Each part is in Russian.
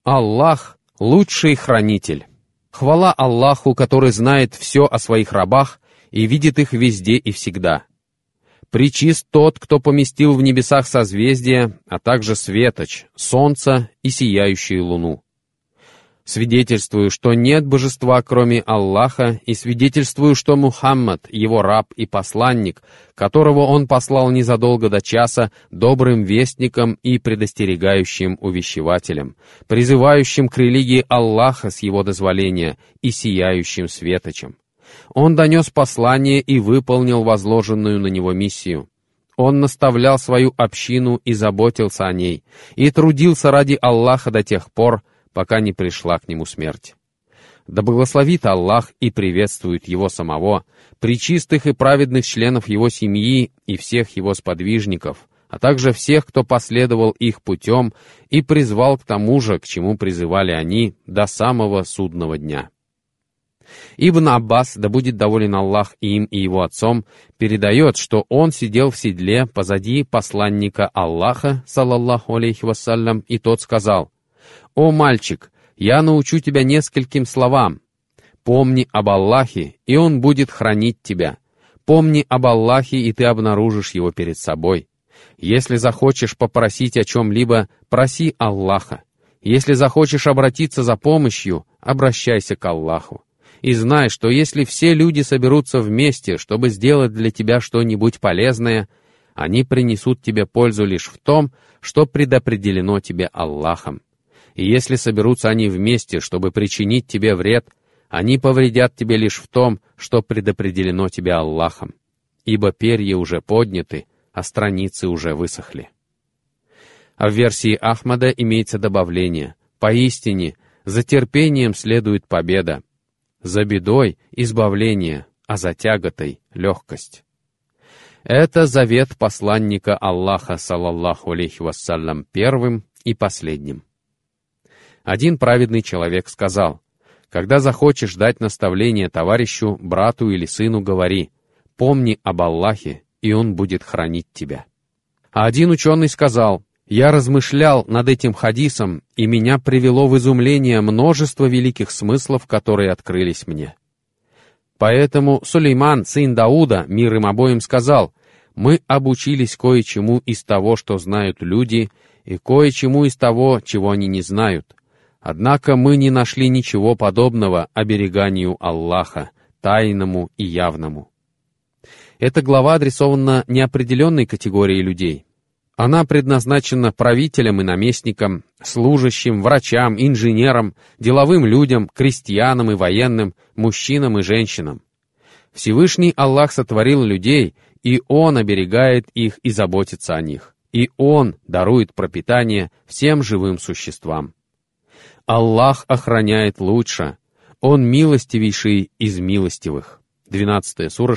Аллах — лучший хранитель. Хвала Аллаху, который знает все о своих рабах и видит их везде и всегда. Пречист тот, кто поместил в небесах созвездия, а также светоч, солнце и сияющую луну. Свидетельствую, что нет божества, кроме Аллаха, и свидетельствую, что Мухаммад, его раб и посланник, которого он послал незадолго до часа, добрым вестником и предостерегающим увещевателем, призывающим к религии Аллаха с его дозволения и сияющим светочем. Он донес послание и выполнил возложенную на него миссию. Он наставлял свою общину и заботился о ней, и трудился ради Аллаха до тех пор, пока не пришла к нему смерть. Да благословит Аллах и приветствует его самого, пречистых и праведных членов его семьи и всех его сподвижников, а также всех, кто последовал их путем и призвал к тому же, к чему призывали они до самого судного дня. Ибн Аббас, да будет доволен Аллах им и его отцом, передает, что он сидел в седле позади посланника Аллаха, саллаллаху алейхи вассалям, и тот сказал: «О мальчик, я научу тебя нескольким словам. Помни об Аллахе, и Он будет хранить тебя. Помни об Аллахе, и ты обнаружишь Его перед собой. Если захочешь попросить о чем-либо, проси Аллаха. Если захочешь обратиться за помощью, обращайся к Аллаху. И знай, что если все люди соберутся вместе, чтобы сделать для тебя что-нибудь полезное, они принесут тебе пользу лишь в том, что предопределено тебе Аллахом. И если соберутся они вместе, чтобы причинить тебе вред, они повредят тебе лишь в том, что предопределено тебе Аллахом. Ибо перья уже подняты, а страницы уже высохли». А в версии Ахмада имеется добавление: «Поистине, за терпением следует победа, за бедой — избавление, а за тяготой — легкость». Это завет посланника Аллаха, саллаллаху алейхи вассалям, первым и последним. Один праведный человек сказал: «Когда захочешь дать наставление товарищу, брату или сыну, говори: помни об Аллахе, и Он будет хранить тебя». А один ученый сказал: «Я размышлял над этим хадисом, и меня привело в изумление множество великих смыслов, которые открылись мне». Поэтому Сулейман, сын Дауда, мир им обоим, сказал: «Мы обучились кое-чему из того, что знают люди, и кое-чему из того, чего они не знают. Однако мы не нашли ничего подобного обереганию Аллаха, тайному и явному». Эта глава адресована неопределенной категории людей. Она предназначена правителям и наместникам, служащим, врачам, инженерам, деловым людям, крестьянам и военным, мужчинам и женщинам. Всевышний Аллах сотворил людей, и Он оберегает их и заботится о них, и Он дарует пропитание всем живым существам. Аллах охраняет лучше, Он милостивейший из милостивых. 12 сура,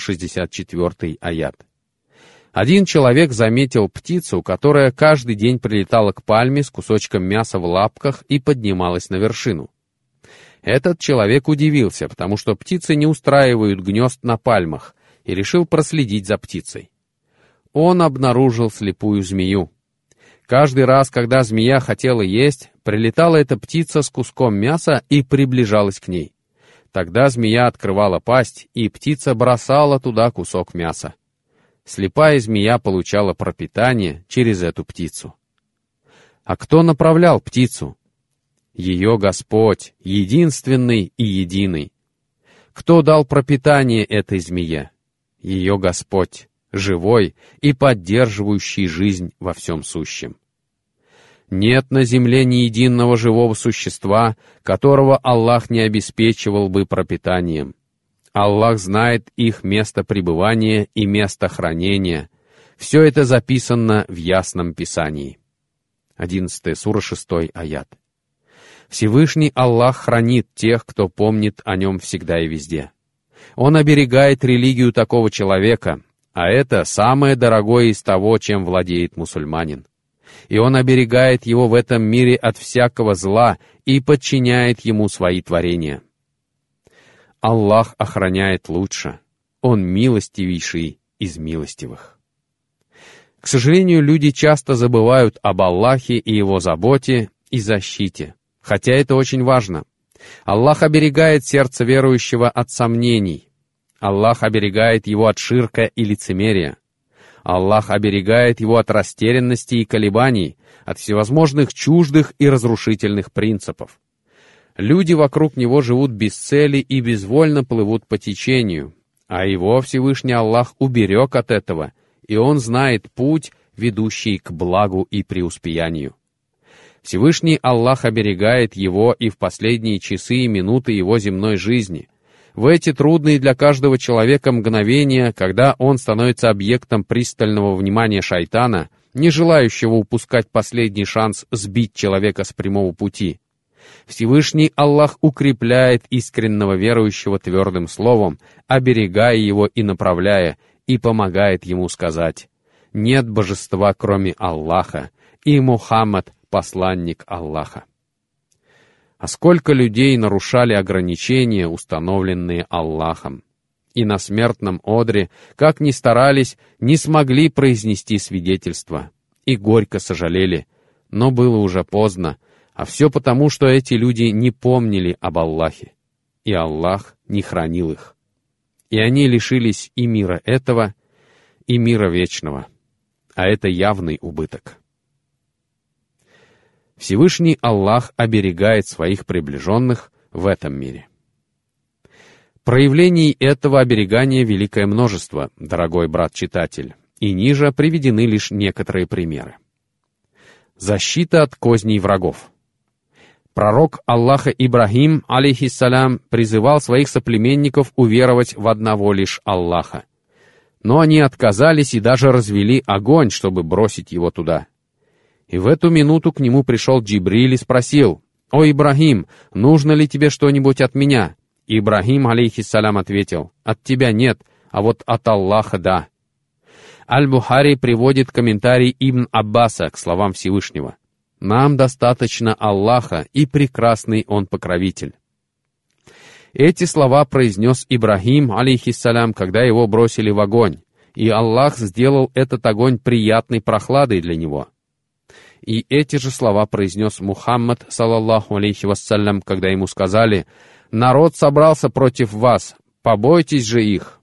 64 аят. Один человек заметил птицу, которая каждый день прилетала к пальме с кусочком мяса в лапках и поднималась на вершину. Этот человек удивился, потому что птицы не устраивают гнезд на пальмах, и решил проследить за птицей. Он обнаружил слепую змею. Каждый раз, когда змея хотела есть, прилетала эта птица с куском мяса и приближалась к ней. Тогда змея открывала пасть, и птица бросала туда кусок мяса. Слепая змея получала пропитание через эту птицу. А кто направлял птицу? Ее Господь, единственный и единый. Кто дал пропитание этой змее? Ее Господь, живой и поддерживающий жизнь во всем сущем. Нет на земле ни единого живого существа, которого Аллах не обеспечивал бы пропитанием. Аллах знает их место пребывания и место хранения. Все это записано в Ясном Писании. 11 сура, 6 аят. Всевышний Аллах хранит тех, кто помнит о Нем всегда и везде. Он оберегает религию такого человека, а это самое дорогое из того, чем владеет мусульманин. И он оберегает его в этом мире от всякого зла и подчиняет ему свои творения. Аллах охраняет лучше. Он милостивейший из милостивых. К сожалению, люди часто забывают об Аллахе и Его заботе и защите, хотя это очень важно. Аллах оберегает сердце верующего от сомнений. Аллах оберегает его от ширка и лицемерия. Аллах оберегает его от растерянности и колебаний, от всевозможных чуждых и разрушительных принципов. Люди вокруг него живут без цели и безвольно плывут по течению, а его Всевышний Аллах уберег от этого, и он знает путь, ведущий к благу и преуспеянию. Всевышний Аллах оберегает его и в последние часы и минуты его земной жизни, в эти трудные для каждого человека мгновения, когда он становится объектом пристального внимания шайтана, не желающего упускать последний шанс сбить человека с прямого пути. Всевышний Аллах укрепляет искреннего верующего твердым словом, оберегая его и направляя, и помогает ему сказать: «Нет божества, кроме Аллаха, и Мухаммад — посланник Аллаха». А сколько людей нарушали ограничения, установленные Аллахом, и на смертном одре, как ни старались, не смогли произнести свидетельство, и горько сожалели, но было уже поздно, а все потому, что эти люди не помнили об Аллахе, и Аллах не хранил их. И они лишились и мира этого, и мира вечного, а это явный убыток. Всевышний Аллах оберегает своих приближенных в этом мире. Проявлений этого оберегания великое множество, дорогой брат-читатель, и ниже приведены лишь некоторые примеры. Защита от козней врагов. Пророк Аллаха Ибрахим, алейхиссалям, призывал своих соплеменников уверовать в одного лишь Аллаха. Но они отказались и даже развели огонь, чтобы бросить его туда. И в эту минуту к нему пришел Джибриль и спросил: «О, Ибрахим, нужно ли тебе что-нибудь от меня?» Ибрахим, алейхиссалям, ответил: «От тебя нет, а вот от Аллаха да». Аль-Бухари приводит комментарий Ибн Аббаса к словам Всевышнего: «Нам достаточно Аллаха, и прекрасный Он покровитель». Эти слова произнес Ибрахим, алейхиссалям, когда его бросили в огонь, и Аллах сделал этот огонь приятной прохладой для него. И эти же слова произнес Мухаммад, саллаллаху алейхи вассалям, когда ему сказали: «Народ собрался против вас, побойтесь же их».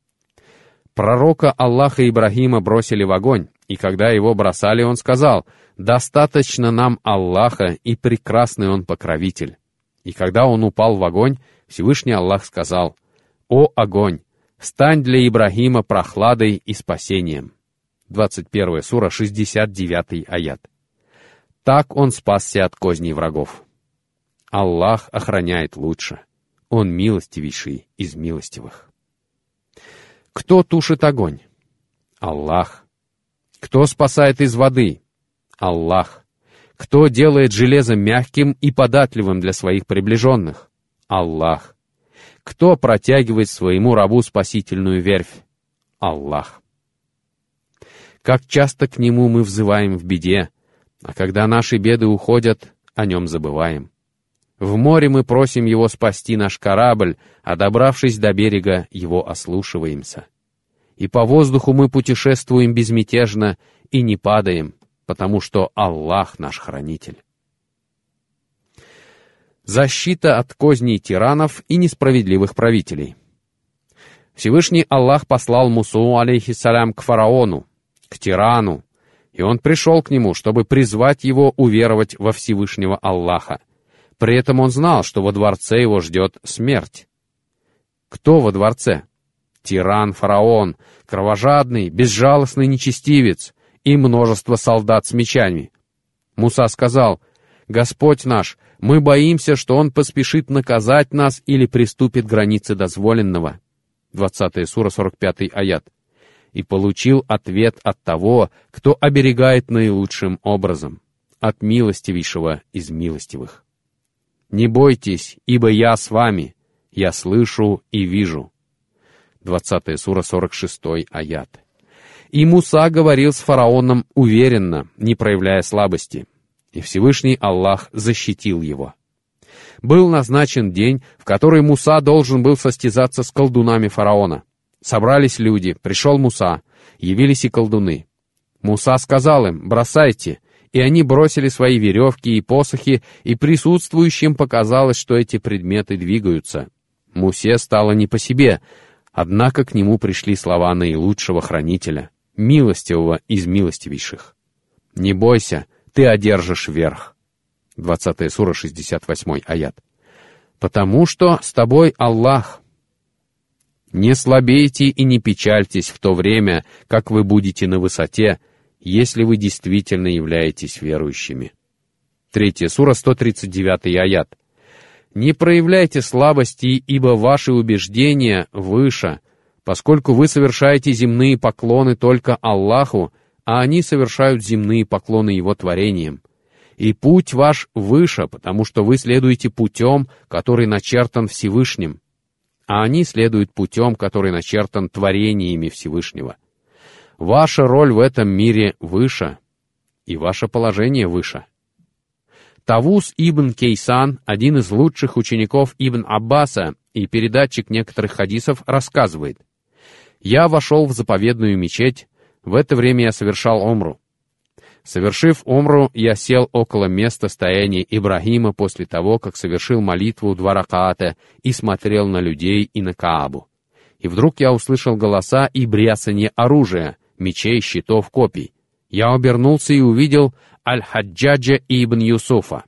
Пророка Аллаха Ибрахима бросили в огонь, и когда его бросали, он сказал: «Достаточно нам Аллаха, и прекрасный Он покровитель». И когда он упал в огонь, Всевышний Аллах сказал: «О огонь, стань для Ибрахима прохладой и спасением». 21 сура, 69 аят. Так он спасся от козней врагов. Аллах охраняет лучше. Он милостивейший из милостивых. Кто тушит огонь? Аллах. Кто спасает из воды? Аллах. Кто делает железо мягким и податливым для своих приближенных? Аллах. Кто протягивает своему рабу спасительную верфь? Аллах. Как часто к Нему мы взываем в беде, а когда наши беды уходят, о Нем забываем. В море мы просим Его спасти наш корабль, а добравшись до берега, Его ослушиваемся. И по воздуху мы путешествуем безмятежно и не падаем, потому что Аллах наш хранитель. Защита от козней тиранов и несправедливых правителей. Всевышний Аллах послал Мусу, алейхиссалям, к фараону, к тирану, и он пришел к нему, чтобы призвать его уверовать во Всевышнего Аллаха. При этом он знал, что во дворце его ждет смерть. Кто во дворце? Тиран-фараон, кровожадный, безжалостный нечестивец и множество солдат с мечами. Муса сказал: «Господь наш, мы боимся, что он поспешит наказать нас или приступит к границе дозволенного». 20 сура, 45 аят. И получил ответ от того, кто оберегает наилучшим образом, от милостивейшего из милостивых. «Не бойтесь, ибо я с вами, я слышу и вижу». 20 сура, 46 аят. И Муса говорил с фараоном уверенно, не проявляя слабости, и Всевышний Аллах защитил его. Был назначен день, в который Муса должен был состязаться с колдунами фараона. Собрались люди, пришел Муса, явились и колдуны. Муса сказал им: «Бросайте», и они бросили свои веревки и посохи, и присутствующим показалось, что эти предметы двигаются. Мусе стало не по себе, однако к нему пришли слова наилучшего хранителя, милостивого из милостивейших. «Не бойся, ты одержишь верх». 20 сура, 68 аят. «Потому что с тобой Аллах». Не слабейте и не печальтесь в то время, как вы будете на высоте, если вы действительно являетесь верующими. 3 сура, 139 аят. Не проявляйте слабости, ибо ваши убеждения выше, поскольку вы совершаете земные поклоны только Аллаху, а они совершают земные поклоны Его творениям. И путь ваш выше, потому что вы следуете путем, который начертан Всевышним, а они следуют путем, который начертан творениями Всевышнего. Ваша роль в этом мире выше, и ваше положение выше. Тавус ибн Кейсан, один из лучших учеников Ибн Аббаса и передатчик некоторых хадисов, рассказывает: «Я вошел в заповедную мечеть, в это время я совершал умру. Совершив умру, я сел около места стояния Ибрахима после того, как совершил молитву 2 ракаата и смотрел на людей и на Каабу. И вдруг я услышал голоса и бряцанье оружия, мечей, щитов, копий. Я обернулся и увидел Аль-Хаджаджа ибн Юсуфа.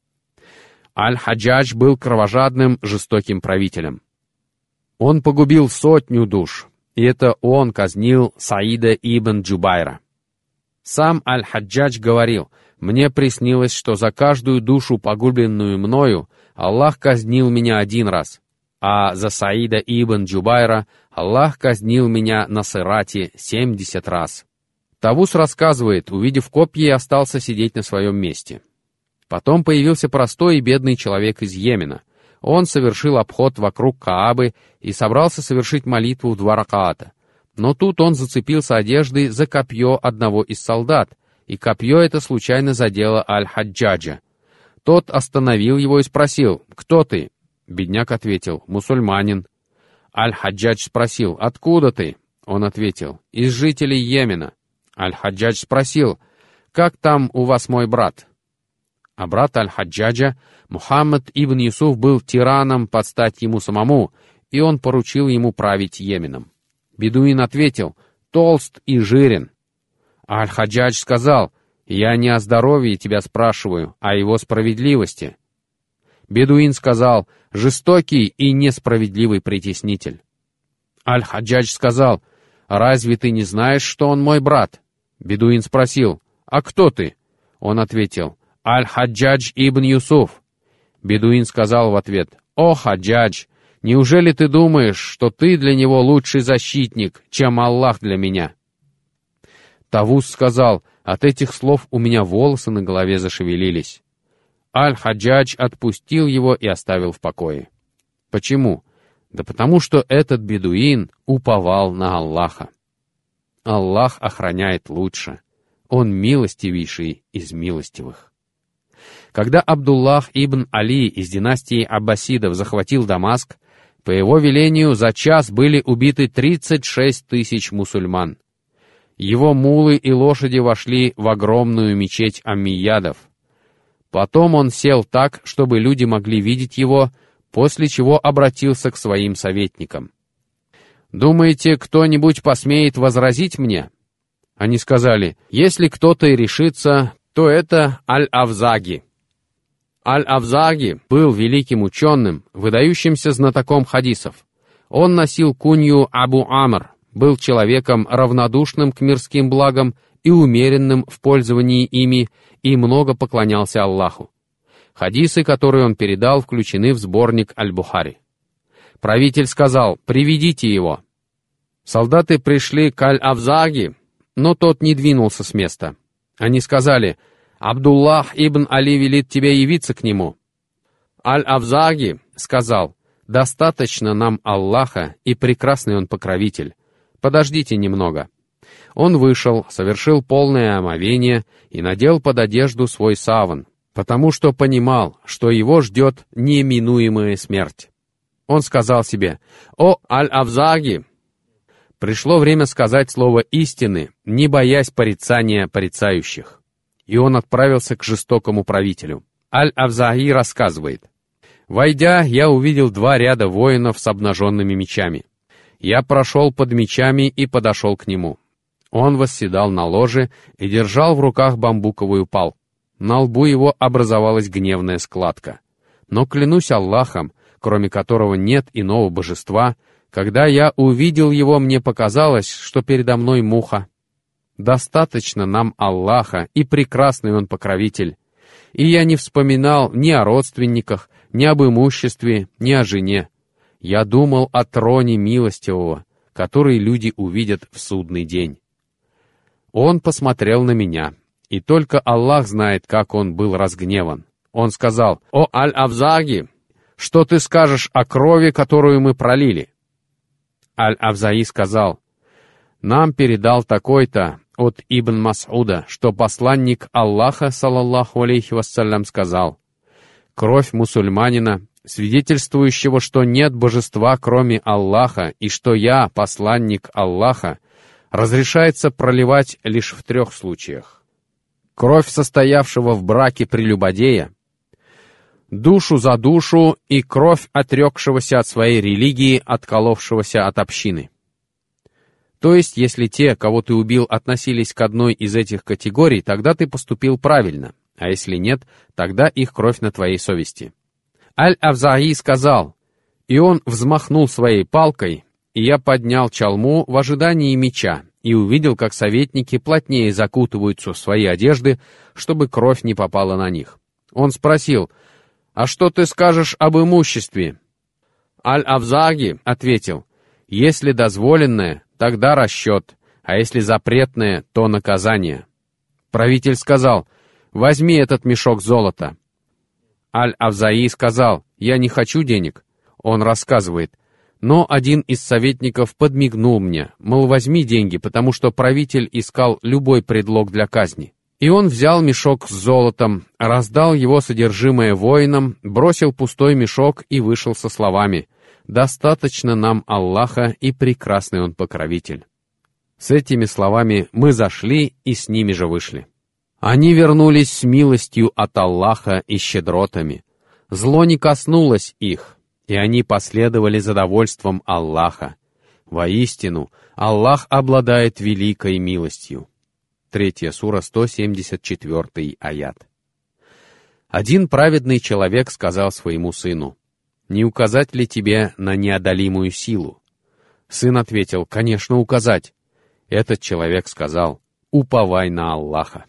Аль-Хаджадж был кровожадным, жестоким правителем. Он погубил 100 душ, и это он казнил Саида ибн Джубайра. Сам Аль-Хаджадж говорил: «Мне приснилось, что за каждую душу, погубленную мною, Аллах казнил меня 1 раз, а за Саида ибн Джубайра Аллах казнил меня на сирате 70 раз». Тавус рассказывает: увидев копья, остался сидеть на своем месте. Потом появился простой и бедный человек из Йемена. Он совершил обход вокруг Каабы и собрался совершить молитву в 2 ракаата. Но тут он зацепился одеждой за копье одного из солдат, и копье это случайно задело Аль-Хаджаджа. Тот остановил его и спросил: «Кто ты?» Бедняк ответил: «Мусульманин». Аль-Хаджадж спросил: «Откуда ты?» Он ответил: «Из жителей Йемена». Аль-Хаджадж спросил: «Как там у вас мой брат?» А брат Аль-Хаджаджа, Мухаммад ибн Юсуф, был тираном под стать ему самому, и он поручил ему править Йеменом. Бедуин ответил: «Толст и жирен». Аль-Хаджадж сказал: «Я не о здоровье тебя спрашиваю, а о его справедливости». Бедуин сказал: «Жестокий и несправедливый притеснитель». Аль-Хаджадж сказал: «Разве ты не знаешь, что он мой брат?» Бедуин спросил: «А кто ты?» Он ответил: «Аль-Хаджадж ибн Юсуф». Бедуин сказал в ответ: «О, Хаджадж, неужели ты думаешь, что ты для него лучший защитник, чем Аллах для меня?» Тавус сказал: «От этих слов у меня волосы на голове зашевелились». Аль-Хаджадж отпустил его и оставил в покое. Почему? Да потому что этот бедуин уповал на Аллаха. Аллах охраняет лучше. Он милостивейший из милостивых. Когда Абдуллах ибн Али из династии Аббасидов захватил Дамаск, по его велению за час были убиты 36 тысяч мусульман. Его мулы и лошади вошли в огромную мечеть аммиядов. Потом он сел так, чтобы люди могли видеть его, после чего обратился к своим советникам. «Думаете, кто-нибудь посмеет возразить мне?» Они сказали: «Если кто-то и решится, то это Аль-Авзаги». Аль-Авзаги был великим ученым, выдающимся знатоком хадисов. Он носил кунью Абу Амр, был человеком равнодушным к мирским благам и умеренным в пользовании ими, и много поклонялся Аллаху. Хадисы, которые он передал, включены в сборник Аль-Бухари. Правитель сказал: «Приведите его». Солдаты пришли к Аль-Авзаги, но тот не двинулся с места. Они сказали: «Абдуллах ибн Али велит тебе явиться к нему». Аль-Авзаги сказал: «Достаточно нам Аллаха, и прекрасный он покровитель. Подождите немного». Он вышел, совершил полное омовение и надел под одежду свой саван, потому что понимал, что его ждет неминуемая смерть. Он сказал себе: «О, Аль-Авзаги!» Пришло время сказать слово истины, не боясь порицания порицающих. и он отправился к жестокому правителю. Аль-Авзаи рассказывает: «Войдя, я увидел 2 ряда воинов с обнаженными мечами. Я прошел под мечами и подошел к нему. Он восседал на ложе и держал в руках бамбуковую палку. На лбу его образовалась гневная складка. Но клянусь Аллахом, кроме которого нет иного божества, когда я увидел его, мне показалось, что передо мной муха. Достаточно нам Аллаха, и прекрасный он покровитель. И я не вспоминал ни о родственниках, ни об имуществе, ни о жене. Я думал о троне милостивого, который люди увидят в судный день». Он посмотрел на меня, и только Аллах знает, как он был разгневан. Он сказал: «О Аль-Авзаги, что ты скажешь о крови, которую мы пролили?» Аль-Авзаи сказал: «Нам передал такой-то от Ибн Мас'уда, что посланник Аллаха, саллаллаху алейхи вассалям, сказал: кровь мусульманина, свидетельствующего, что нет божества, кроме Аллаха, и что я, посланник Аллаха, разрешается проливать лишь в 3 случаях. Кровь состоявшего в браке прелюбодея, душу за душу и кровь отрекшегося от своей религии, отколовшегося от общины». То есть, если те, кого ты убил, относились к одной из этих категорий, тогда ты поступил правильно, а если нет, тогда их кровь на твоей совести. Аль-Авзаи сказал: «И он взмахнул своей палкой, и я поднял чалму в ожидании меча, и увидел, как советники плотнее закутываются в свои одежды, чтобы кровь не попала на них. Он спросил: «А что ты скажешь об имуществе?» Аль-Авзаги ответил: «Если дозволенное, тогда расчет, а если запретное, то наказание». Правитель сказал: «Возьми этот мешок золота». Аль-Авзаи сказал: «Я не хочу денег». Он рассказывает: «Но один из советников подмигнул мне, мол, возьми деньги, потому что правитель искал любой предлог для казни. И он взял мешок с золотом, раздал его содержимое воинам, бросил пустой мешок и вышел со словами: «Достаточно нам Аллаха, и прекрасный он покровитель». С этими словами мы зашли и с ними же вышли. Они вернулись с милостью от Аллаха и щедротами. Зло не коснулось их, и они последовали за довольством Аллаха. Воистину, Аллах обладает великой милостью. 3 сура, 174 аят. Один праведный человек сказал своему сыну: «Не указать ли тебе на неодолимую силу?» Сын ответил: «Конечно, указать». Этот человек сказал: «Уповай на Аллаха».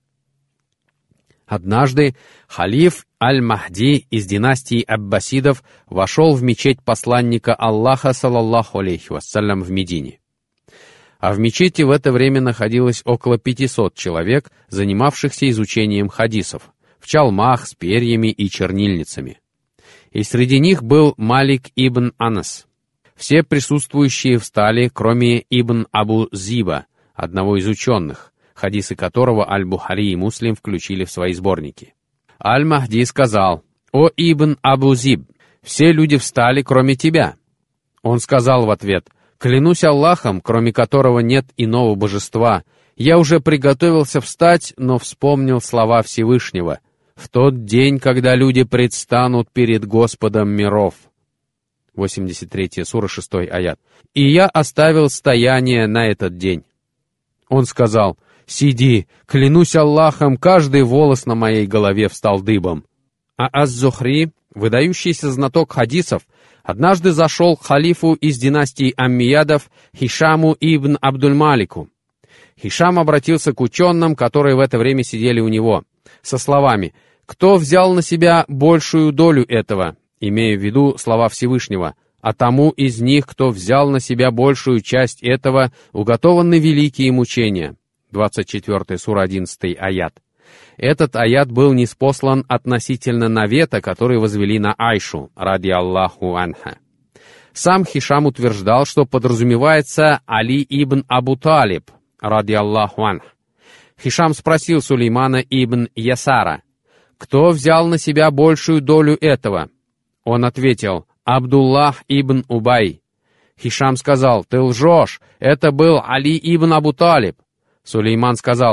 Однажды халиф Аль-Махди из династии Аббасидов вошел в мечеть посланника Аллаха, саллаллаху алейхи вассалям, в Медине. А в мечети в это время находилось около 500 человек, занимавшихся изучением хадисов, в чалмах с перьями и чернильницами. И среди них был Малик ибн Анас. Все присутствующие встали, кроме ибн Абу Зиба, одного из ученых, хадисы которого Аль-Бухари и Муслим включили в свои сборники. Аль-Махди сказал: «О ибн Абу Зиб, все люди встали, кроме тебя». Он сказал в ответ: «Клянусь Аллахом, кроме которого нет иного божества, я уже приготовился встать, но вспомнил слова Всевышнего: в тот день, когда люди предстанут перед Господом миров». 83 сура, 6 аят. «И я оставил стояние на этот день». Он сказал: «Сиди, клянусь Аллахом, каждый волос на моей голове встал дыбом». А Аз-Зухри, выдающийся знаток хадисов, однажды зашел к халифу из династии Аммиядов Хишаму ибн Абдуль-Малику. Хишам обратился к ученым, которые в это время сидели у него, со словами: «Кто взял на себя большую долю этого?» имея в виду слова Всевышнего: «А тому из них, кто взял на себя большую часть этого, уготованы великие мучения». 24 сура, 11 аят. Этот аят был ниспослан относительно навета, который возвели на Айшу, ради Аллаху анха. Сам Хишам утверждал, что подразумевается Али ибн Абу Талиб, ради Аллаху анх. Хишам спросил Сулеймана ибн Ясара: «Кто взял на себя большую долю этого?» Он ответил: «Абдуллах ибн Убай». Хишам сказал: «Ты лжешь, это был Али ибн Абу Талиб». Сулейман сказал: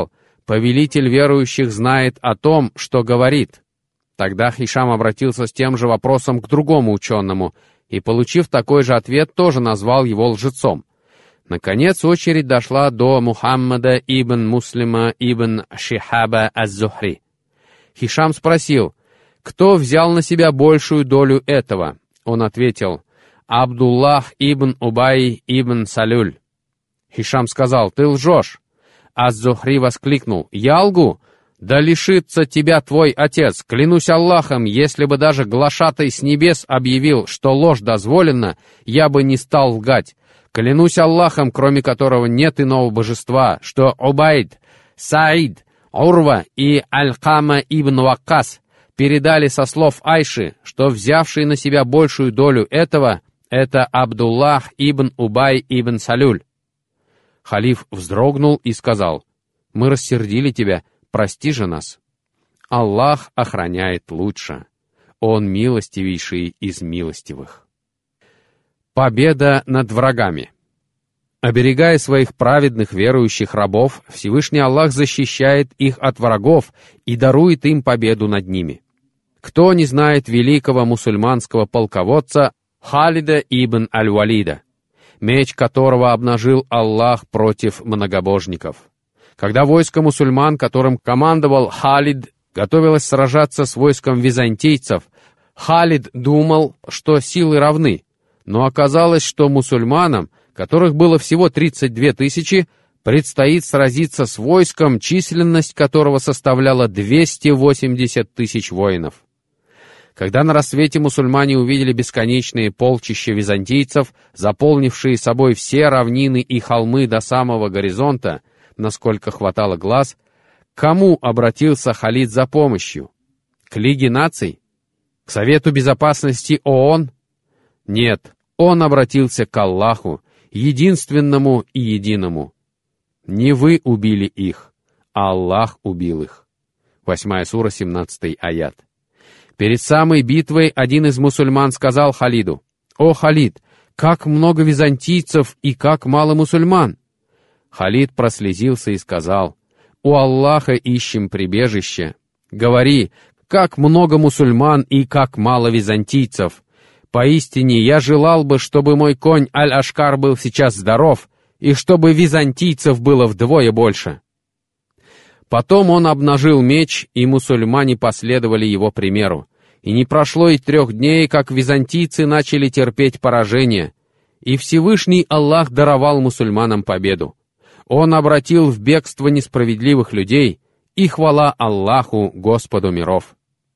повелитель верующих знает о том, что говорит». Тогда Хишам обратился с тем же вопросом к другому ученому и, получив такой же ответ, тоже назвал его лжецом. Наконец очередь дошла до Мухаммада ибн Муслима ибн Шихаба аз-Зухри. Хишам спросил: «Кто взял на себя большую долю этого?» Он ответил: «Абдуллах ибн Убай ибн Салюль». Хишам сказал: «Ты лжешь». Az-Зухри воскликнул: «Я лгу? Да лишится тебя твой отец! Клянусь Аллахом, если бы даже глашатай с небес объявил, что ложь дозволена, я бы не стал лгать. Клянусь Аллахом, кроме которого нет иного божества, что Убайд, Саид, Урва и Аль-Кама ибн Ваккас передали со слов Айши, что взявший на себя большую долю этого — это Абдуллах ибн Убай ибн Салюль». Халиф вздрогнул и сказал: «Мы рассердили тебя, прости же нас». Аллах охраняет лучше. Он милостивейший из милостивых. Победа над врагами. Оберегая своих праведных верующих рабов, Всевышний Аллах защищает их от врагов и дарует им победу над ними. Кто не знает великого мусульманского полководца Халида ибн Аль-Валида, меч которого обнажил Аллах против многобожников? Когда войско мусульман, которым командовал Халид, готовилось сражаться с войском византийцев, Халид думал, что силы равны, но оказалось, что мусульманам, которых было всего 32 тысячи, предстоит сразиться с войском, численность которого составляла 280 тысяч воинов. Когда на рассвете мусульмане увидели бесконечные полчища византийцев, заполнившие собой все равнины и холмы до самого горизонта, насколько хватало глаз, к кому обратился Халид за помощью? К Лиге наций? К Совету безопасности ООН? Нет, он обратился к Аллаху, единственному и единому. Не вы убили их, а Аллах убил их. 8 сура, 17 аят. Перед самой битвой один из мусульман сказал Халиду: «О, Халид, как много византийцев и как мало мусульман!» Халид прослезился и сказал: «У Аллаха ищем прибежище. Говори, как много мусульман и как мало византийцев. Поистине я желал бы, чтобы мой конь Аль-Ашкар был сейчас здоров, и чтобы византийцев было вдвое больше». Потом он обнажил меч, и мусульмане последовали его примеру. И не прошло и 3 дней, как византийцы начали терпеть поражение, и Всевышний Аллах даровал мусульманам победу. Он обратил в бегство несправедливых людей, и хвала Аллаху, Господу миров.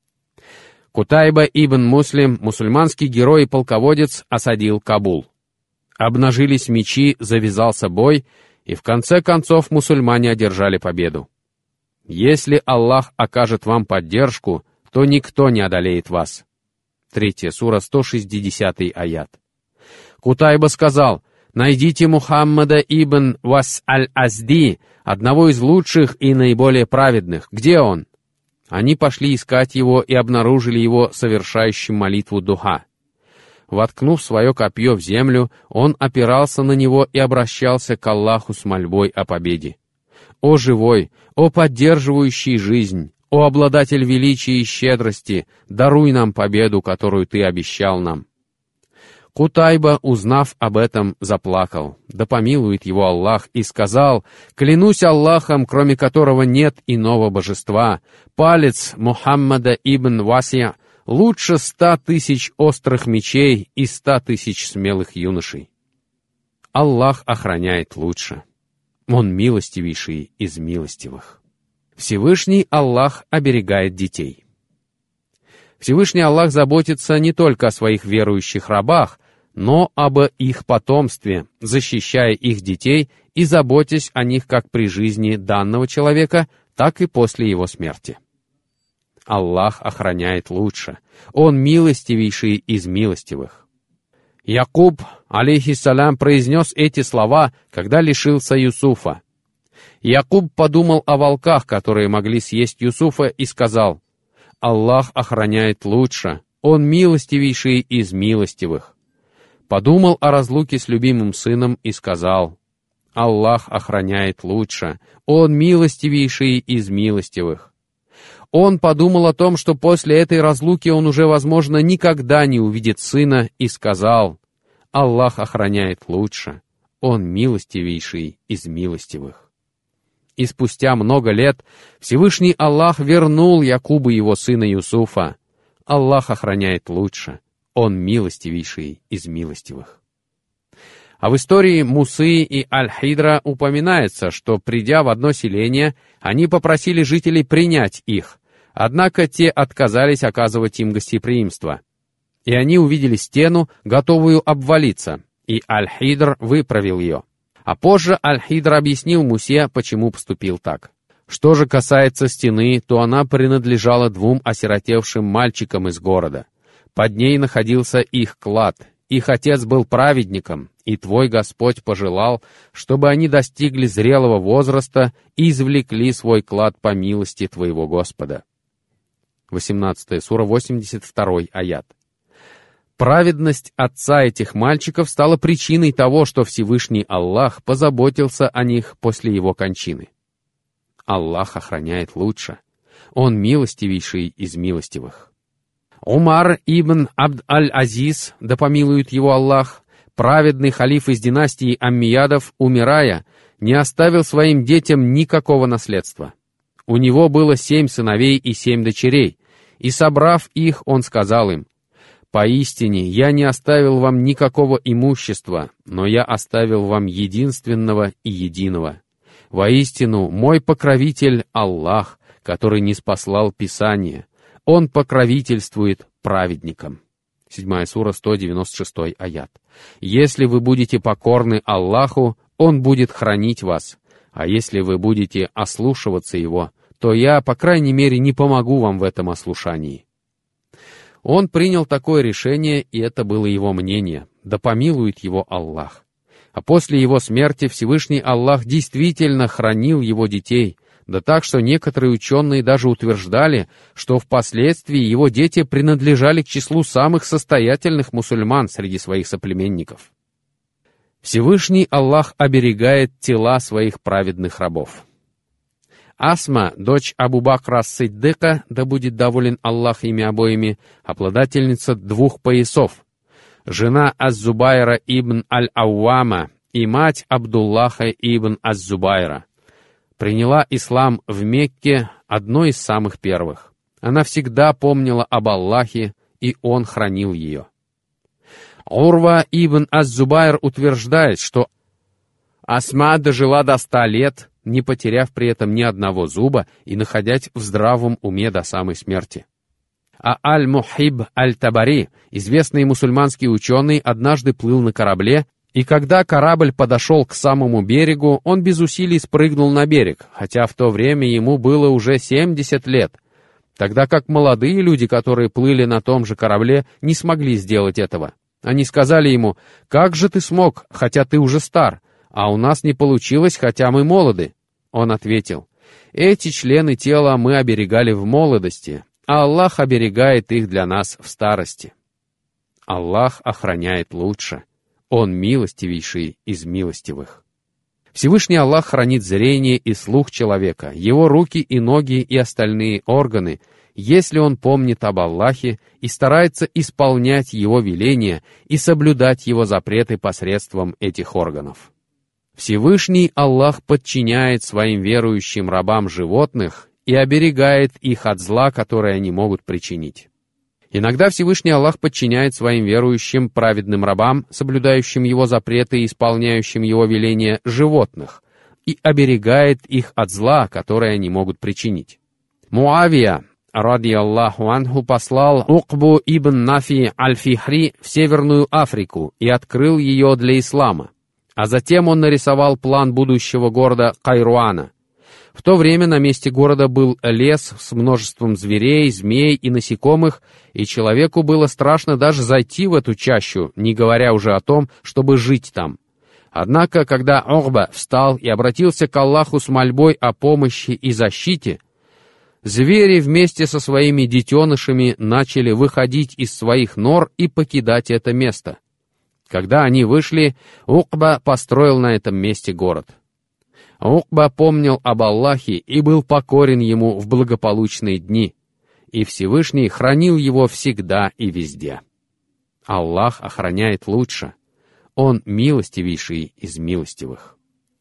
Кутайба ибн Муслим, мусульманский герой и полководец, осадил Кабул. Обнажились мечи, завязался бой, и в конце концов мусульмане одержали победу. Если Аллах окажет вам поддержку, то никто не одолеет вас. 3 сура, 160 аят. Кутайба сказал: «Найдите Мухаммада ибн Вас аль-Азди, одного из лучших и наиболее праведных. Где он?» Они пошли искать его и обнаружили его совершающим молитву духа. Воткнув свое копье в землю, он опирался на него и обращался к Аллаху с мольбой о победе. «О живой, о поддерживающий жизнь, о обладатель величия и щедрости, даруй нам победу, которую ты обещал нам». Кутайба, узнав об этом, заплакал, да помилует его Аллах, и сказал: «Клянусь Аллахом, кроме которого нет иного божества, палец Мухаммада ибн Васия лучше 100 тысяч острых мечей и 100 тысяч смелых юношей». Аллах охраняет лучше. Он милостивейший из милостивых. Всевышний Аллах оберегает детей. Всевышний Аллах заботится не только о своих верующих рабах, но об их потомстве, защищая их детей и заботясь о них как при жизни данного человека, так и после его смерти. Аллах охраняет лучше. Он милостивейший из милостивых. Якуб, алейхиссалям, произнес эти слова, когда лишился Юсуфа. Якуб подумал о волках, которые могли съесть Юсуфа, и сказал: «Аллах охраняет лучше. Он милостивейший из милостивых». Подумал о разлуке с любимым сыном и сказал: Аллах охраняет лучше, Он милостивейший из милостивых. Он подумал о том, что после этой разлуки он уже, возможно, никогда не увидит сына, и сказал: Аллах охраняет лучше, Он милостивейший из милостивых. И спустя много лет Всевышний Аллах вернул Якубу его сына Юсуфа. Аллах охраняет лучше, Он милостивейший из милостивых. А в истории Мусы и Аль-Хидра упоминается, что, придя в одно селение, они попросили жителей принять их, однако те отказались оказывать им гостеприимство. И они увидели стену, готовую обвалиться, и Аль-Хидр выправил ее. А позже Аль-Хидр объяснил Мусе, почему поступил так. Что же касается стены, то она принадлежала 2 осиротевшим мальчикам из города. Под ней находился их клад. Их отец был праведником, и твой Господь пожелал, чтобы они достигли зрелого возраста и извлекли свой клад по милости твоего Господа. 18 сура, 82 аят. Праведность отца этих мальчиков стала причиной того, что Всевышний Аллах позаботился о них после его кончины. Аллах охраняет лучше. Он милостивейший из милостивых. Умар ибн Абд-аль-Азиз, да помилует его Аллах, праведный халиф из династии Аммиядов, умирая, не оставил своим детям никакого наследства. У него было 7 сыновей и 7 дочерей, и, собрав их, он сказал им: «Поистине, я не оставил вам никакого имущества, но я оставил вам единственного и единого. Воистину, мой покровитель Аллах, который ниспослал Писание, Он покровительствует праведникам». 7 сура, 196 аят. «Если вы будете покорны Аллаху, Он будет хранить вас, а если вы будете ослушиваться Его, то я, по крайней мере, не помогу вам в этом ослушании». Он принял такое решение, и это было его мнение, да помилует его Аллах. А после его смерти Всевышний Аллах действительно хранил его детей, да так, что некоторые ученые даже утверждали, что впоследствии его дети принадлежали к числу самых состоятельных мусульман среди своих соплеменников. Всевышний Аллах оберегает тела своих праведных рабов. Асма, дочь Абу Бакра ас-Сиддыка, да будет доволен Аллах ими обоими, обладательница 2 поясов, жена Аз-Зубайра ибн Аль-Ауама и мать Абдуллаха ибн Аз-Зубайра, приняла ислам в Мекке, одной из самых первых. Она всегда помнила об Аллахе, и Он хранил ее. Урва ибн Аз-Зубайр утверждает, что Асма дожила до 100 лет, не потеряв при этом ни одного зуба и находясь в здравом уме до самой смерти. А Аль-Мухиб Аль-Табари, известный мусульманский ученый, однажды плыл на корабле, и когда корабль подошел к самому берегу, он без усилий спрыгнул на берег, хотя в то время ему было уже 70 лет, тогда как молодые люди, которые плыли на том же корабле, не смогли сделать этого. Они сказали ему: «Как же ты смог, хотя ты уже стар? А у нас не получилось, хотя мы молоды». Он ответил: «Эти члены тела мы оберегали в молодости, а Аллах оберегает их для нас в старости». Аллах охраняет лучше. Он милостивейший из милостивых. Всевышний Аллах хранит зрение и слух человека, его руки и ноги и остальные органы, если он помнит об Аллахе и старается исполнять его веления и соблюдать его запреты посредством этих органов. Всевышний Аллах подчиняет своим верующим рабам животных и оберегает их от зла, которое они могут причинить. Иногда Всевышний Аллах подчиняет своим верующим праведным рабам, соблюдающим его запреты и исполняющим его веления, животных, и оберегает их от зла, которое они могут причинить. Муавия, ради Аллаху анху, послал Укбу ибн Нафи аль-Фихри в Северную Африку и открыл ее для ислама. А затем он нарисовал план будущего города Кайруана. В то время на месте города был лес с множеством зверей, змей и насекомых, и человеку было страшно даже зайти в эту чащу, не говоря уже о том, чтобы жить там. Однако, когда Укба встал и обратился к Аллаху с мольбой о помощи и защите, звери вместе со своими детенышами начали выходить из своих нор и покидать это место. Когда они вышли, Укба построил на этом месте город. Укба помнил об Аллахе и был покорен ему в благополучные дни, и Всевышний хранил его всегда и везде. Аллах охраняет лучше. Он милостивейший из милостивых.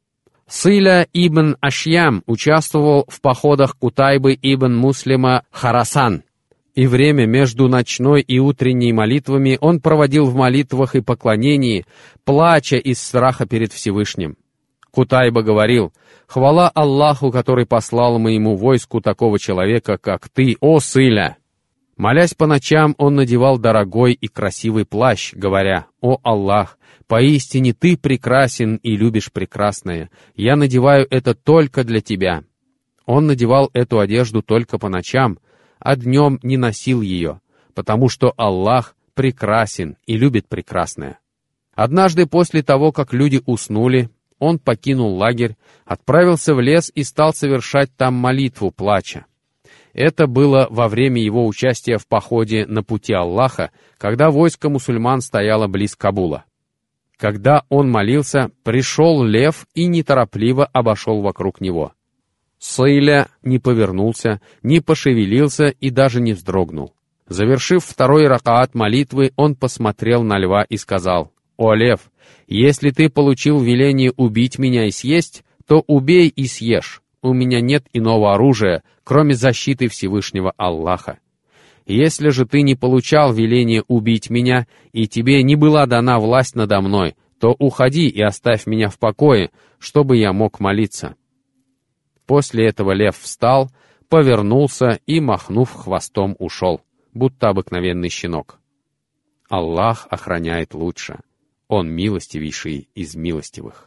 Сыля ибн Ашьям участвовал в походах Кутайбы ибн Муслима Харасан, и время между ночной и утренней молитвами он проводил в молитвах и поклонении, плача из страха перед Всевышним. Кутайба говорил: «Хвала Аллаху, который послал моему войску такого человека, как ты, о Сыля!» Молясь по ночам, он надевал дорогой и красивый плащ, говоря: «О Аллах, поистине ты прекрасен и любишь прекрасное. Я надеваю это только для тебя». Он надевал эту одежду только по ночам, а днем не носил ее, потому что Аллах прекрасен и любит прекрасное. Однажды после того, как люди уснули, он покинул лагерь, отправился в лес и стал совершать там молитву, плача. Это было во время его участия в походе на пути Аллаха, когда войско мусульман стояло близ Кабула. Когда он молился, пришел лев и неторопливо обошел вокруг него. Сыля не повернулся, не пошевелился и даже не вздрогнул. Завершив второй ракаат молитвы, он посмотрел на льва и сказал: «О лев, если ты получил веление убить меня и съесть, то убей и съешь. У меня нет иного оружия, кроме защиты Всевышнего Аллаха. Если же ты не получал веление убить меня, и тебе не была дана власть надо мной, то уходи и оставь меня в покое, чтобы я мог молиться». После этого лев встал, повернулся и, махнув хвостом, ушел, будто обыкновенный щенок. Аллах охраняет лучше. Он милостивейший из милостивых.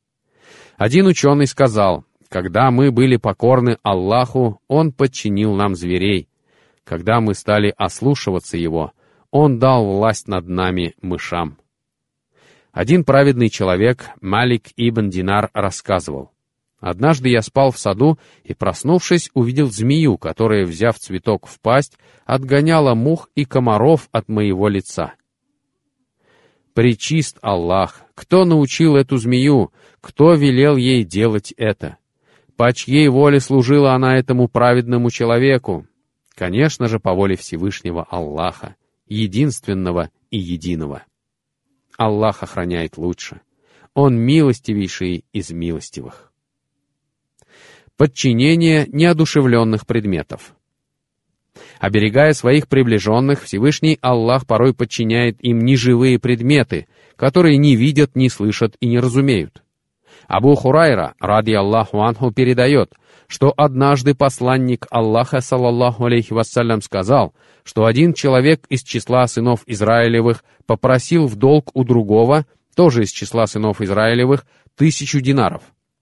Один ученый сказал: «Когда мы были покорны Аллаху, Он подчинил нам зверей. Когда мы стали ослушиваться Его, Он дал власть над нами мышам». Один праведный человек, Малик ибн Динар, рассказывал: «Однажды я спал в саду и, проснувшись, увидел змею, которая, взяв цветок в пасть, отгоняла мух и комаров от моего лица. Пречист Аллах! Кто научил эту змею? Кто велел ей делать это? По чьей воле служила она этому праведному человеку? Конечно же, по воле Всевышнего Аллаха, единственного и единого. Аллах охраняет лучше. Он милостивейший из милостивых». Подчинение неодушевленных предметов. Оберегая своих приближенных, Всевышний Аллах порой подчиняет им неживые предметы, которые не видят, не слышат и не разумеют. Абу Хурайра, ради Аллаху анху, передает, что однажды посланник Аллаха, саллаллаху алейхи вассалям, сказал, что один человек из числа сынов Израилевых попросил в долг у другого, тоже из числа сынов Израилевых, 1000 динаров.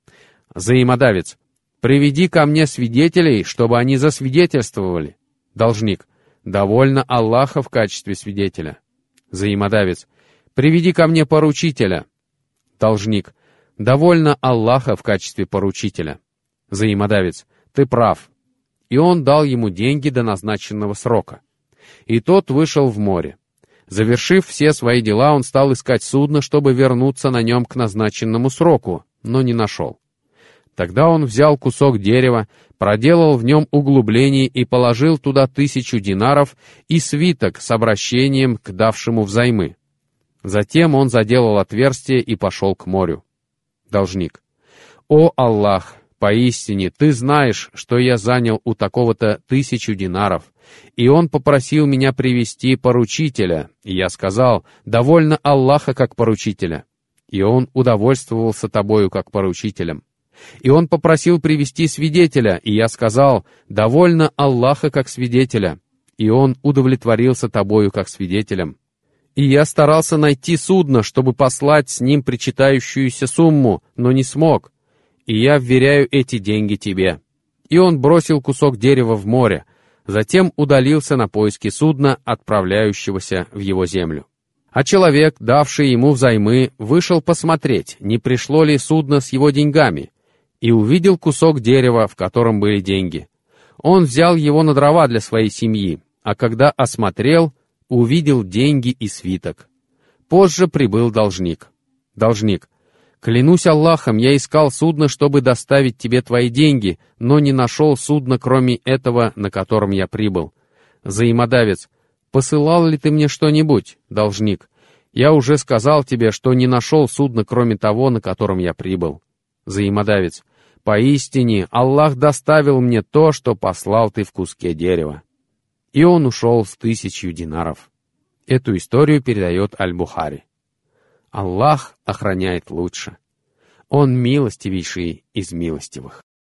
Взаимодавец: «Приведи ко мне свидетелей, чтобы они засвидетельствовали». Должник: «Довольно Аллаха в качестве свидетеля». Взаимодавец: «Приведи ко мне поручителя». Должник: «Довольно Аллаха в качестве поручителя». Взаимодавец: «Ты прав». И он дал ему деньги до назначенного срока. И тот вышел в море. Завершив все свои дела, он стал искать судно, чтобы вернуться на нем к назначенному сроку, но не нашел. Тогда он взял кусок дерева, проделал в нем углубление и положил туда 1000 динаров и свиток с обращением к давшему взаймы. Затем он заделал отверстие и пошел к морю. Должник: «О Аллах, поистине ты знаешь, что я занял у такого-то 1000 динаров, и он попросил меня привести поручителя, и я сказал: довольно Аллаха как поручителя, и он удовольствовался тобою как поручителем. И он попросил привести свидетеля, и я сказал: довольно Аллаха как свидетеля, и он удовлетворился тобою как свидетелем. И я старался найти судно, чтобы послать с ним причитающуюся сумму, но не смог, и я вверяю эти деньги тебе». И он бросил кусок дерева в море, затем удалился на поиски судна, отправляющегося в его землю. А человек, давший ему взаймы, вышел посмотреть, не пришло ли судно с его деньгами, и увидел кусок дерева, в котором были деньги. Он взял его на дрова для своей семьи, а когда осмотрел, увидел деньги и свиток. Позже прибыл должник. Должник: «Клянусь Аллахом, я искал судно, чтобы доставить тебе твои деньги, но не нашел судна, кроме этого, на котором я прибыл». Взаимодавец: «Посылал ли ты мне что-нибудь?» Должник: «Я уже сказал тебе, что не нашел судна, кроме того, на котором я прибыл». Взаимодавец: «Поистине, Аллах доставил мне то, что послал ты в куске дерева». И он ушел с 1000 динаров. Эту историю передает Аль-Бухари. Аллах охраняет лучше. Он милостивейший из милостивых.